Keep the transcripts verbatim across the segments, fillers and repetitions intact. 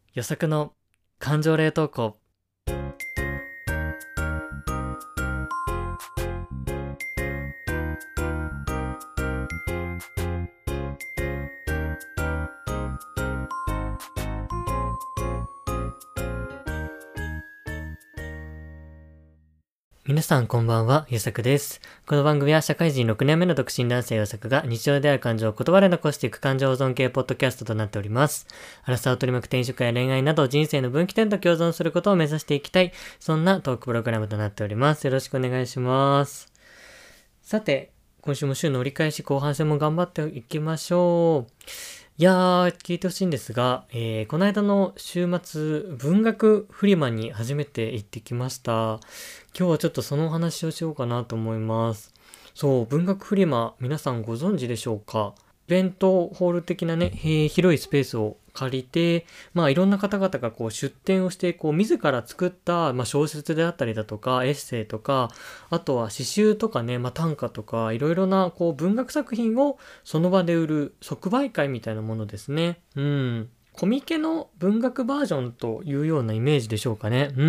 予測の感情冷凍庫。皆さんこんばんは、ゆさくです。この番組は社会人ろくねんめの独身男性ゆさくが日常である感情を言葉で残していく感情保存系ポッドキャストとなっております。アラサーを取り巻く転職や恋愛など人生の分岐点と共存することを目指していきたい、そんなトークプログラムとなっております。よろしくお願いします。さて、今週も週の折り返し後半戦も頑張っていきましょう。いやー、聞いてほしいんですが、えー、この間の週末、文学フリマに初めて行ってきました。今日はちょっとそのお話をしようかなと思います。そう、文学フリマ、皆さんご存知でしょうか？イベントホール的なね、えー広いスペースを借りて、まあいろんな方々がこう出展をして、こう自ら作った、まあ、小説であったりだとか、エッセイとか、あとは詩集とかね、まあ短歌とか、いろいろなこう文学作品をその場で売る即売会みたいなものですね。うん。コミケの文学バージョンというようなイメージでしょうかね。うん。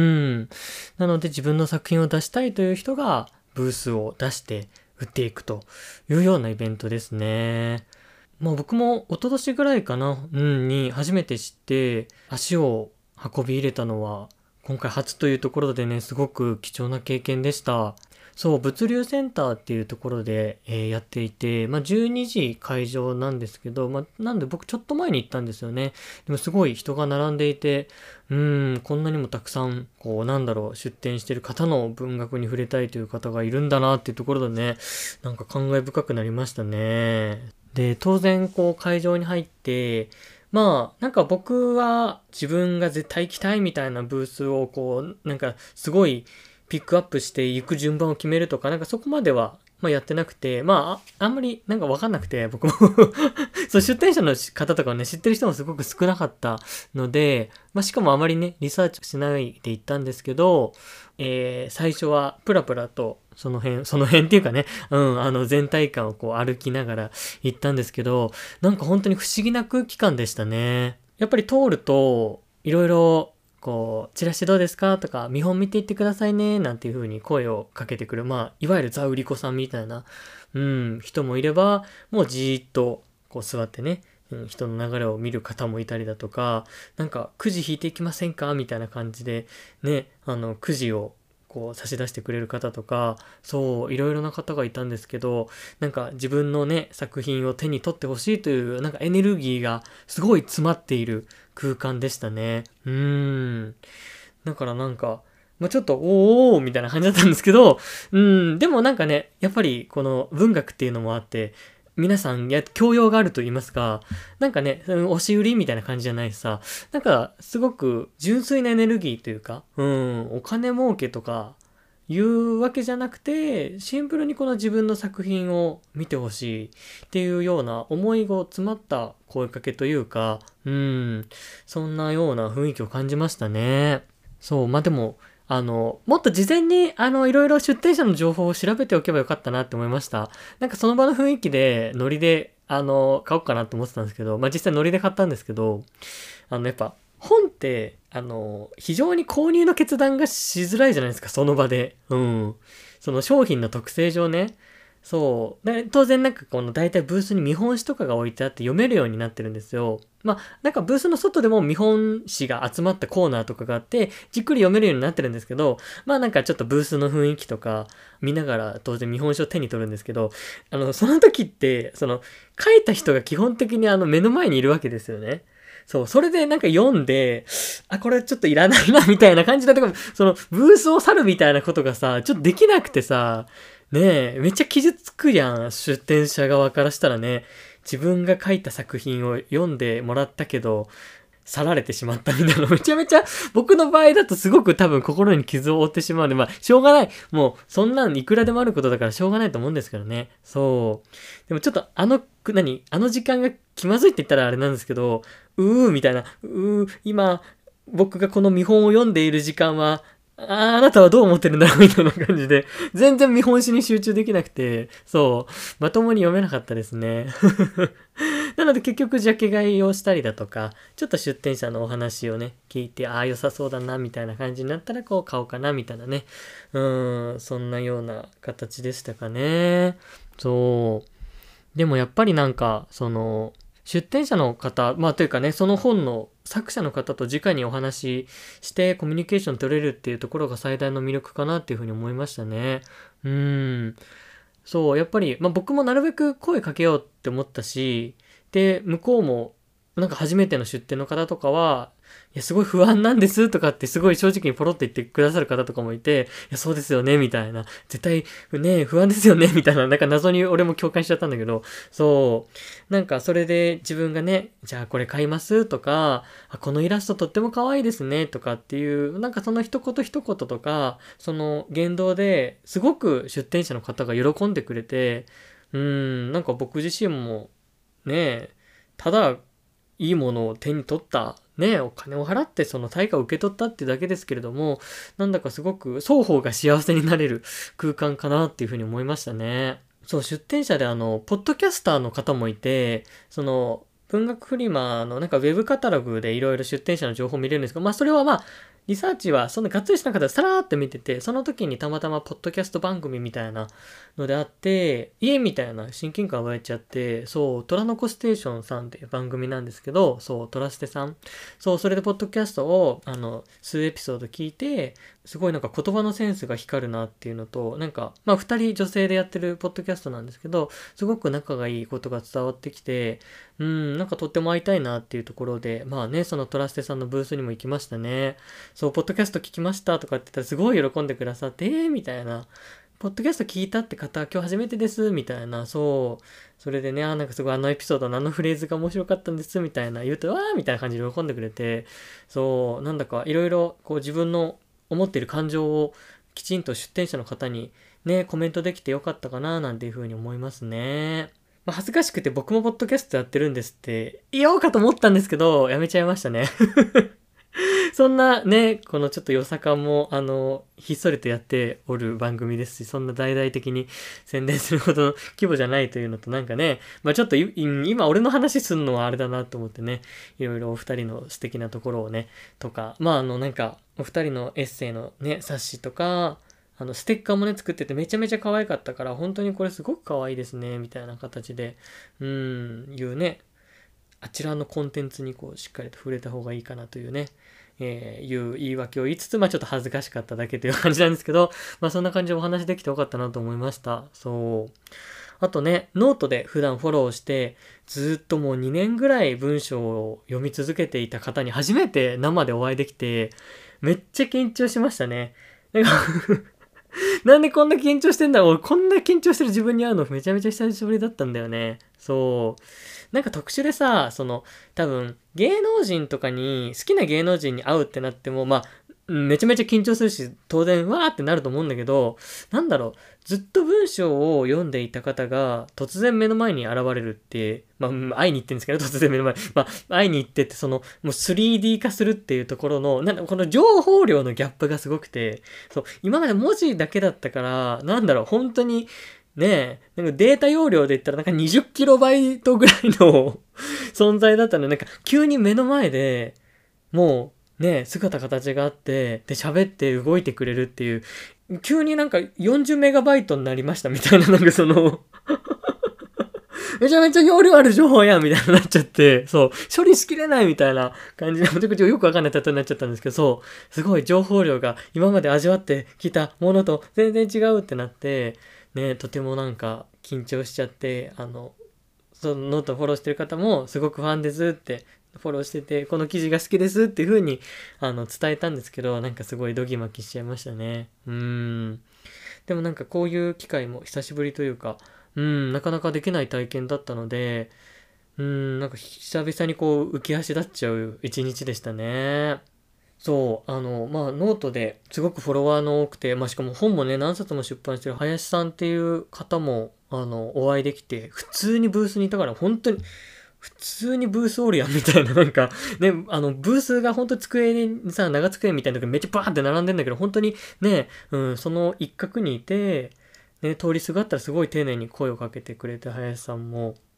なので自分の作品を出したいという人がブースを出して売っていくというようなイベントですね。もう僕も一昨年ぐらいかな、うん、に初めて知って足を運び入れたのは今回初というところでね、すごく貴重な経験でした。そう、物流センターっていうところで、えーやっていて、まあじゅうにじ会場なんですけど、まあなんで僕ちょっと前に行ったんですよね。でもすごい人が並んでいて、うーん、こんなにもたくさん、こうなんだろう、出展してる方の文学に触れたいという方がいるんだなっていうところでね、なんか感慨深くなりましたね。で、当然こう会場に入って、まあ、なんか僕は自分が絶対行きたいみたいなブースをこう、なんかすごいピックアップして行く順番を決めるとか、なんかそこまでは、まあやってなくて、まあ、ああんまりなんかわかんなくて、僕もそう、出店者の方とかをね、知ってる人もすごく少なかったので、まあしかもあまりね、リサーチしないで行ったんですけど、えー、最初はプラプラと、その辺、その辺っていうかね、うん、あの全体感をこう歩きながら行ったんですけど、なんか本当に不思議な空気感でしたね。やっぱり通ると、いろいろ、こう、チラシどうですかとか、見本見ていってくださいね、なんていう風に声をかけてくる、まあ、いわゆるザ売り子さんみたいな、うん、人もいれば、もうじーっと、こう座ってね、うん人の流れを見る方もいたりだとか、なんか、くじ引いていきませんかみたいな感じで、ね、あの、くじを、こう差し出してくれる方とか、そう、いろいろな方がいたんですけど、なんか自分のね、作品を手に取ってほしいという、なんかエネルギーがすごい詰まっている空間でしたね。うーん。だからなんか、まあ、ちょっと、おーおーみたいな感じだったんですけど、うん、でもなんかね、やっぱりこの文学っていうのもあって、皆さんや、教養があると言いますか、なんかね、うん押し売りみたいな感じじゃないしさ、なんか、すごく純粋なエネルギーというか、うん、お金儲けとか、いうわけじゃなくて、シンプルにこの自分の作品を見てほしいっていうような思いが詰まった声かけというか、うん、そんなような雰囲気を感じましたね。そう、まあ、でも、あの、もっと事前に、あの、いろいろ出店者の情報を調べておけばよかったなって思いました。なんかその場の雰囲気で、ノリで、あの、買おうかなと思ってたんですけど、まあ、実際ノリで買ったんですけど、あの、やっぱ、本って、あの、非常に購入の決断がしづらいじゃないですか、その場で。うん。その商品の特性上ね。そう。で、当然なんかこの大体ブースに見本紙とかが置いてあって読めるようになってるんですよ。まあ、なんかブースの外でも見本紙が集まったコーナーとかがあって、じっくり読めるようになってるんですけど、まあなんかちょっとブースの雰囲気とか見ながら当然見本紙を手に取るんですけど、あの、その時って、その、書いた人が基本的にあの目の前にいるわけですよね。そう、それでなんか読んで、あ、これちょっといらないな、みたいな感じだとか、その、ブースを去るみたいなことがさ、ちょっとできなくてさ、ねえ、めっちゃ傷つくやん、出展者側からしたらね。自分が書いた作品を読んでもらったけど、去られてしまったみたいな、めちゃめちゃ、僕の場合だとすごく多分心に傷を負ってしまうので、まあ、しょうがない。もう、そんなんいくらでもあることだからしょうがないと思うんですけどね。そう。でもちょっとあの、何あの時間が気まずいって言ったらあれなんですけど、うーみたいな、うー、今、僕がこの見本を読んでいる時間は、ああなたはどう思ってるんだろうみたいな感じで、全然見本紙に集中できなくて、そう、まともに読めなかったですね。 なので結局ジャケ買いをしたりだとか、ちょっと出店者のお話をね、聞いて、ああ良さそうだな、みたいな感じになったらこう買おうかな、みたいなね。うーん、そんなような形でしたかね。そう。でもやっぱりなんか、その、出展者の方、まあというかね、その本の作者の方と直にお話ししてコミュニケーション取れるっていうところが最大の魅力かなっていうふうに思いましたね。うーん。そう、やっぱり、まあ僕もなるべく声かけようって思ったし、で、向こうも、なんか初めての出店の方とかは、いや、すごい不安なんですとかってすごい正直にポロって言ってくださる方とかもいて、いや、そうですよね、みたいな。絶対、ね、不安ですよね、みたいな。なんか謎に俺も共感しちゃったんだけど、そう。なんかそれで自分がね、じゃあこれ買いますとか、あ、このイラストとっても可愛いですね、とかっていう、なんかその一言一言とか、その言動ですごく出店者の方が喜んでくれて、うーん、なんか僕自身も、ね、ただ、いいものを手に取った、ね、お金を払ってその対価を受け取ったっていうだけですけれども、なんだかすごく双方が幸せになれる空間かなっていうふうに思いましたね。そう、出展者であの、ポッドキャスターの方もいて、その、文学フリマのなんかウェブカタログでいろいろ出展者の情報見れるんですけど、まあそれはまあ、リサーチはそんながっつりしなかったらさらーって見てて、その時にたまたまポッドキャスト番組みたいなのであって、家みたいな親近感湧いちゃって、そう、虎の子ステーションさんっていう番組なんですけど、そう、虎ステさん。そう、それでポッドキャストを、あの、数エピソード聞いて、すごいなんか言葉のセンスが光るなっていうのと、なんか、まあ二人女性でやってるポッドキャストなんですけど、すごく仲がいいことが伝わってきて、うん、なんかとっても会いたいなっていうところで、まあね、そのトラステさんのブースにも行きましたね。そう、ポッドキャスト聞きましたとかって言ったらすごい喜んでくださって、えーみたいな。ポッドキャスト聞いたって方、今日初めてです、みたいな、そう。それでね、あ、なんかすごいあのエピソードのあのフレーズが面白かったんです、みたいな言うと、わーみたいな感じで喜んでくれて、そう、なんだかいろいろこう自分の思っている感情をきちんと出展者の方にね、コメントできてよかったかな、なんていうふうに思いますね。まあ、恥ずかしくて僕もポッドキャストやってるんですって言おうかと思ったんですけど、やめちゃいましたね。そんなね、このちょっとよさかんも、あの、ひっそりとやっておる番組ですし、そんな大々的に宣伝するほどの規模じゃないというのと、なんかね、まあちょっと今俺の話するのはあれだなと思ってね、いろいろお二人の素敵なところをね、とか、まああのなんか、お二人のエッセイのね、冊子とか、あの、ステッカーもね、作っててめちゃめちゃ可愛かったから、本当にこれすごく可愛いですね、みたいな形で、うーん、いうね、あちらのコンテンツにこう、しっかりと触れた方がいいかなというね、えー、いう言い訳を言いつつ、まあちょっと恥ずかしかっただけという感じなんですけど、まあそんな感じでお話できてよかったなと思いました。そう。あとね、ノートで普段フォローして、ずっともうにねんぐらい文章を読み続けていた方に初めて生でお会いできて、めっちゃ緊張しましたね。なんかなんでこんな緊張してんだろう、俺こんな緊張してる自分に会うのめちゃめちゃ久しぶりだったんだよね。そう。なんか特殊でさ、その、多分、芸能人とかに、好きな芸能人に会うってなっても、まあ、めちゃめちゃ緊張するし、当然、わーってなると思うんだけど、なんだろう、ずっと文章を読んでいた方が、突然目の前に現れるって、まあ、会いに行ってるんですけど、突然目の前に。まあ、会いに行ってって、その、もう スリーディー 化するっていうところの、なんだ、この情報量のギャップがすごくて、そう、今まで文字だけだったから、なんだろう、本当に、ねえ、なんかデータ容量で言ったらなんかにじゅっキロバイトぐらいの存在だったので、なんか急に目の前でもうね、姿形があって、で喋って動いてくれるっていう、急になんかよんじゅうメガバイトになりましたみたいな、なんかそのめちゃめちゃ容量ある情報やんみたいになっちゃって、そう、処理しきれないみたいな感じで、めちゃくちゃよくわかんない例えになっちゃったんですけど、そう、すごい情報量が今まで味わってきたものと全然違うってなって、ね、とてもなんか緊張しちゃって、あの、そのノートフォローしてる方もすごくファンですってフォローしてて、この記事が好きですっていう風にあの伝えたんですけど、なんかすごいドギマキしちゃいましたね。うーん。でもなんかこういう機会も久しぶりというか、うん、なかなかできない体験だったので、うん、なんか久々にこう浮き足立っちゃう一日でしたね。そう、あの、まあ、ノートですごくフォロワーの多くて、まあ、しかも本もね、何冊も出版してる林さんっていう方も、あの、お会いできて、普通にブースにいたから、本当に、普通にブースおるやんみたいな、なんか、ね、あの、ブースが本当に机にさ、長机みたいなとこめっちゃバーンって並んでんだけど、本当にね、うん、その一角にいて、ね、通りすがったらすごい丁寧に声をかけてくれて、林さんも。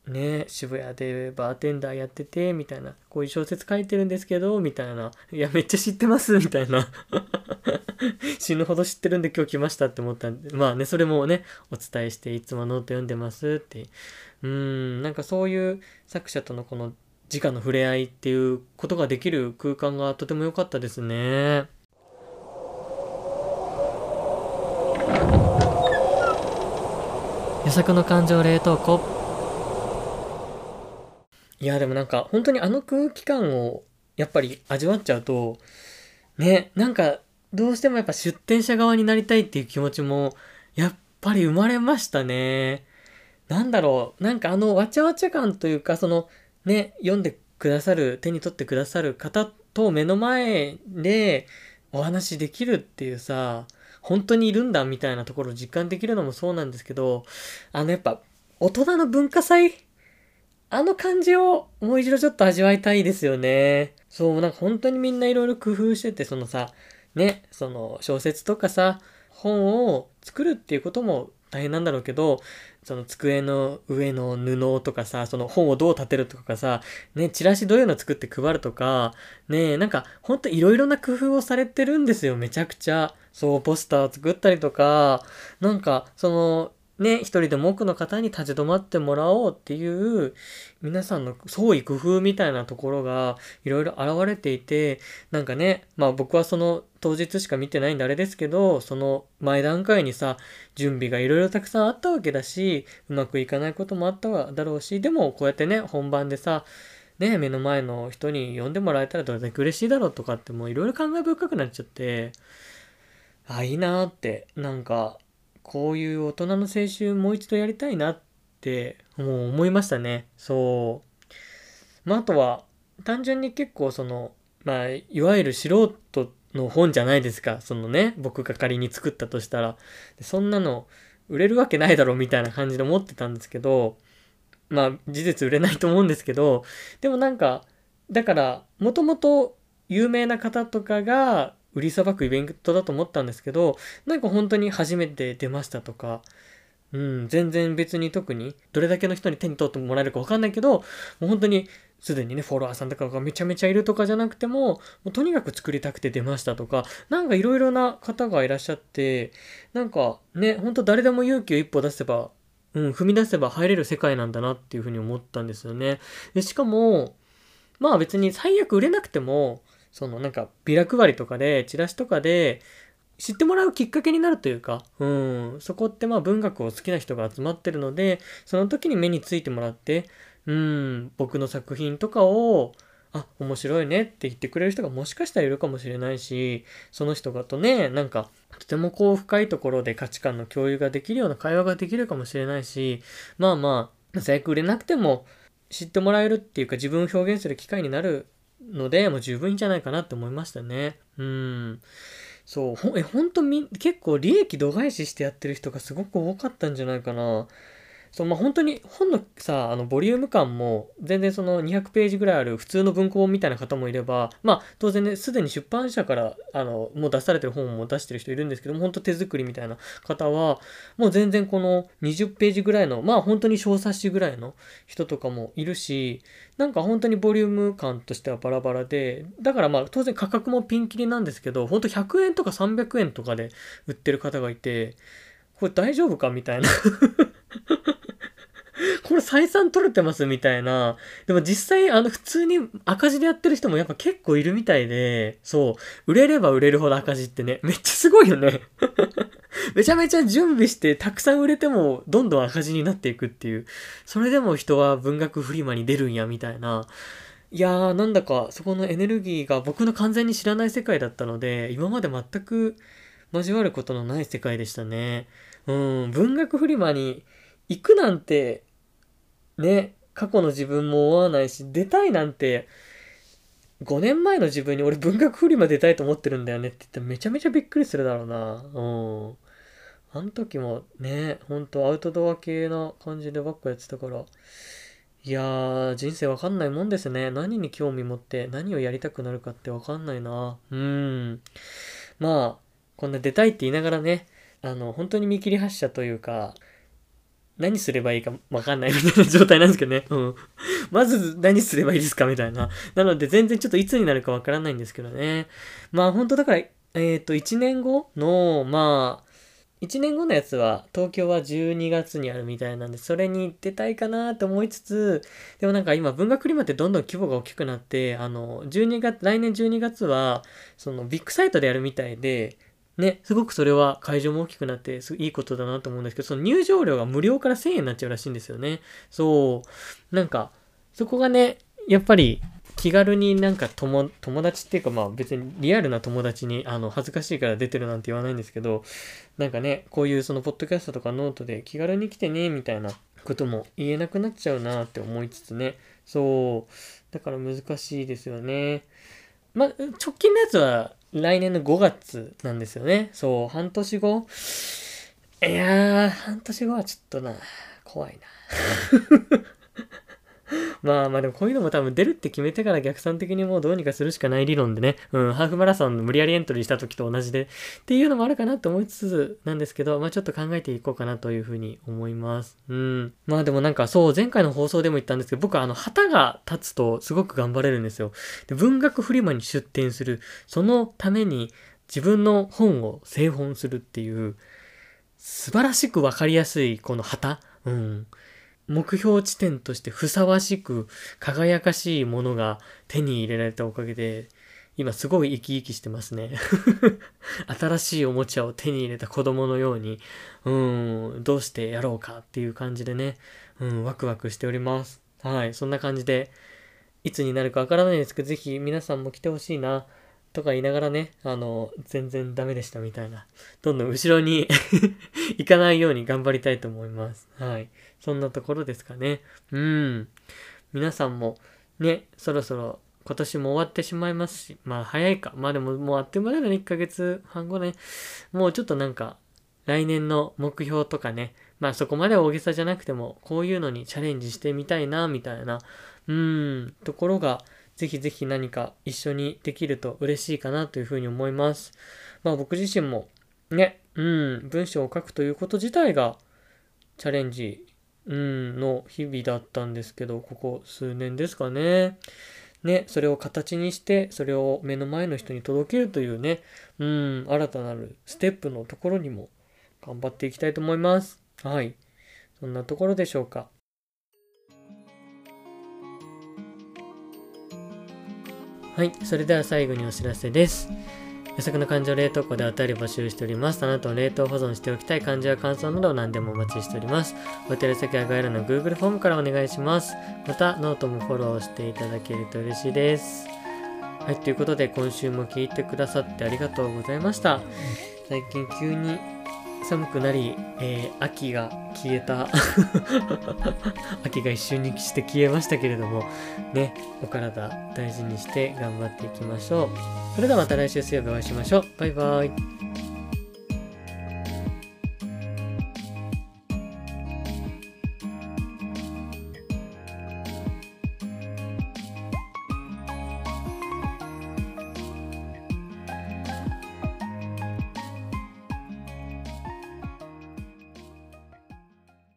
ね、渋谷でバーテンダーやってて、みたいな、こういう小説書いてるんですけど、みたいな、いや、めっちゃ知ってます、みたいな。死ぬほど知ってるんで今日来ましたって思ったんで、まあね、それもね、お伝えして、いつもノート読んでますって。うーん、なんかそういう作者とのこの直の触れ合いっていうことができる空間がとても良かったですね。予測の感情冷凍庫。いや、でもなんか本当にあの空気感をやっぱり味わっちゃうと、ね、なんかどうしてもやっぱ出店者側になりたいっていう気持ちもやっぱり生まれましたね。なんだろう、なんかあのわちゃわちゃ感というか、そのね、読んでくださる、手に取ってくださる方と目の前でお話できるっていうさ、本当にいるんだみたいなところを実感できるのもそうなんですけど、あのやっぱ大人の文化祭、あの感じをもう一度ちょっと味わいたいですよね。そう、なんか本当にみんないろいろ工夫してて、そのさ、ね、その小説とかさ、本を作るっていうことも大変なんだろうけど、その机の上の布とかさ、その本をどう立てるとかさ、ね、チラシどういうの作って配るとか、ね、なんかほんといろいろな工夫をされてるんですよ、めちゃくちゃ。そう、ポスター作ったりとか、なんか、その、ね、一人でも多くの方に立ち止まってもらおうっていう、皆さんの創意工夫みたいなところがいろいろ現れていて、なんかね、まあ僕はその当日しか見てないんであれですけど、その前段階にさ、準備がいろいろたくさんあったわけだし、うまくいかないこともあっただろうし、でもこうやってね、本番でさ、ね、目の前の人に読んでもらえたらどれだけ嬉しいだろうとかってもういろいろ感慨深くなっちゃって、あ、いいなーって、なんか、こういう大人の青春もう一度やりたいなって、もう思いましたね。そう。まあ、あとは、単純に結構その、まあ、いわゆる素人の本じゃないですか。そのね、僕が仮に作ったとしたら。でそんなの、売れるわけないだろみたいな感じで思ってたんですけど、まあ、事実売れないと思うんですけど、でもなんか、だから、もともと有名な方とかが売りさばくイベントだと思ったんですけど、なんか本当に初めて出ましたとか、うん、全然別に特にどれだけの人に手に取ってもらえるかわかんないけど、もう本当にすでにね、フォロワーさんとかがめちゃめちゃいるとかじゃなくても、もうとにかく作りたくて出ましたとか、なんかいろいろな方がいらっしゃって、なんかね、ほんと誰でも勇気を一歩出せば、うん、踏み出せば入れる世界なんだなっていうふうに思ったんですよね。で、しかも、まあ別に最悪売れなくても、そのなんかビラ配りとかで、チラシとかで、知ってもらうきっかけになるというか、うん、そこってまあ文学を好きな人が集まってるので、その時に目についてもらって、うん、僕の作品とかを、あ、面白いねって言ってくれる人がもしかしたらいるかもしれないし、その人がとね、なんか、とてもこう深いところで価値観の共有ができるような会話ができるかもしれないし、まあまあ、最悪売れなくても知ってもらえるっていうか自分を表現する機会になるので、もう十分いいんじゃないかなって思いましたね。うん。そう、ほん、え、ほんとみ、結構利益度外視してやってる人がすごく多かったんじゃないかな。そう、まあ、本当に本のさ、あの、ボリューム感も、全然そのにひゃくページぐらいある普通の文庫本みたいな方もいれば、まあ、当然ね、すでに出版社から、あの、もう出されてる本も出してる人いるんですけども、本当手作りみたいな方は、もう全然このにじゅっページぐらいの、まあ、本当に小冊子ぐらいの人とかもいるし、なんか本当にボリューム感としてはバラバラで、だからまあ、当然価格もピンキリなんですけど、本当ひゃくえんとかさんびゃくえんとかで売ってる方がいて、これ大丈夫かみたいなこれ採算取れてますみたいな。でも実際、あの、普通に赤字でやってる人もやっぱ結構いるみたいで、そう、売れれば売れるほど赤字ってね、めっちゃすごいよね。めちゃめちゃ準備してたくさん売れてもどんどん赤字になっていくっていう。それでも人は文学フリマに出るんやみたいな。いやー、なんだかそこのエネルギーが僕の完全に知らない世界だったので、今まで全く交わることのない世界でしたね。うん、文学フリマに行くなんてね、過去の自分も思わないし、出たいなんて、ごねんまえの自分に俺文学フリマ出たいと思ってるんだよねって言ったらめちゃめちゃびっくりするだろうな。うん。あの時もね、ほんとアウトドア系な感じでばっかやってたから。いやー、人生わかんないもんですね。何に興味持って何をやりたくなるかってわかんないな。うん。まあ、こんな出たいって言いながらね、あの、本当に見切り発車というか、 何すればいいかわかんないみたいな状態なんですけどね。うん。まず何すればいいですかみたいな。なので全然ちょっといつになるかわからないんですけどね。まあ本当だから、えっと、いちねんごの、まあ、いちねんごのやつは、東京はじゅうにがつにあるみたいなんで、それに出たいかなと思いつつ、でもなんか今、文学フリマってどんどん規模が大きくなって、あの、じゅうにがつ、来年じゅうにがつは、そのビッグサイトでやるみたいで、ね、すごくそれは会場も大きくなって、すいいことだなと思うんですけど、その入場料が無料からせんえんになっちゃうらしいんですよね。そう。なんか、そこがね、やっぱり、気軽になんか友友達っていうかまあ別にリアルな友達にあの恥ずかしいから出てるなんて言わないんですけど、なんかね、こういうそのポッドキャストとかノートで気軽に来てねみたいなことも言えなくなっちゃうなって思いつつね、そうだから難しいですよね。まあ直近のやつは来年のごがつなんですよね。そう半年後、いやー半年後はちょっとな怖いな。まあまあでもこういうのも多分出るって決めてから逆算的にもうどうにかするしかない理論でね、うん、ハーフマラソンの無理やりエントリーした時と同じでっていうのもあるかなと思いつつなんですけど、まあちょっと考えていこうかなというふうに思います。うん。まあでもなんかそう、前回の放送でも言ったんですけど、僕はあの旗が立つとすごく頑張れるんですよ。で、文学フリマに出展する。そのために自分の本を製本するっていう、素晴らしくわかりやすいこの旗。うん。目標地点としてふさわしく輝かしいものが手に入れられたおかげで、今すごい生き生きしてますね。新しいおもちゃを手に入れた子供のように、うーん、どうしてやろうかっていう感じでね、うん、ワクワクしております。はい、そんな感じで、いつになるかわからないですけど、ぜひ皆さんも来てほしいな、とか言いながらね、あの、全然ダメでしたみたいな。どんどん後ろに行かないように頑張りたいと思います。はい。そんなところですかね。うん。皆さんもね、そろそろ今年も終わってしまいますし、まあ早いか。まあでももうあっという間だよね、いっかげつはん後ね。もうちょっとなんか、来年の目標とかね、まあそこまで大げさじゃなくても、こういうのにチャレンジしてみたいな、みたいな、うーん、ところが、ぜひぜひ何か一緒にできると嬉しいかなというふうに思います。まあ僕自身も、ね、うん、文章を書くということ自体が、チャレンジ、うん、の日々だったんですけど、ここ数年ですかね。ね、それを形にして、それを目の前の人に届けるというね、うん、新たなるステップのところにも頑張っていきたいと思います。はい。そんなところでしょうか。はい。それでは最後にお知らせです。予測の感情冷凍庫でお便り募集しております。あなたの冷凍保存しておきたい感情や感想など何でもお待ちしております。お便り先は概要欄の Google フォームからお願いします。また、ノートもフォローしていただけると嬉しいです。はい。ということで、今週も聞いてくださってありがとうございました。最近急に寒くなり、えー、秋が消えた秋が一瞬にして消えましたけれどもね、お体大事にして頑張っていきましょう。それではまた来週水曜日お会いしましょう。バイバイ。